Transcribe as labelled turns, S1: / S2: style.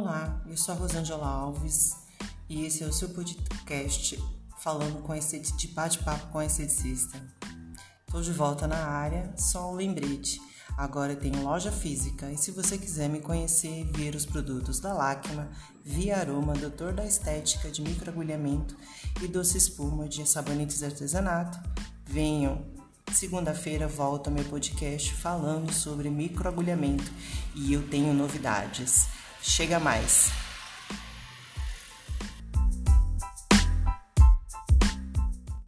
S1: Olá, eu sou a Rosângela Alves e esse é o seu podcast falando de bate-papo com a esteticista. Estou de volta na área, só um lembrete. Agora tem loja física e se você quiser me conhecer e ver os produtos da Lacma, Via Aroma, Doutor da Estética de microagulhamento e Doce Espuma de sabonetes de artesanato, venham. Segunda-feira volta meu podcast falando sobre microagulhamento e eu tenho novidades. Chega mais!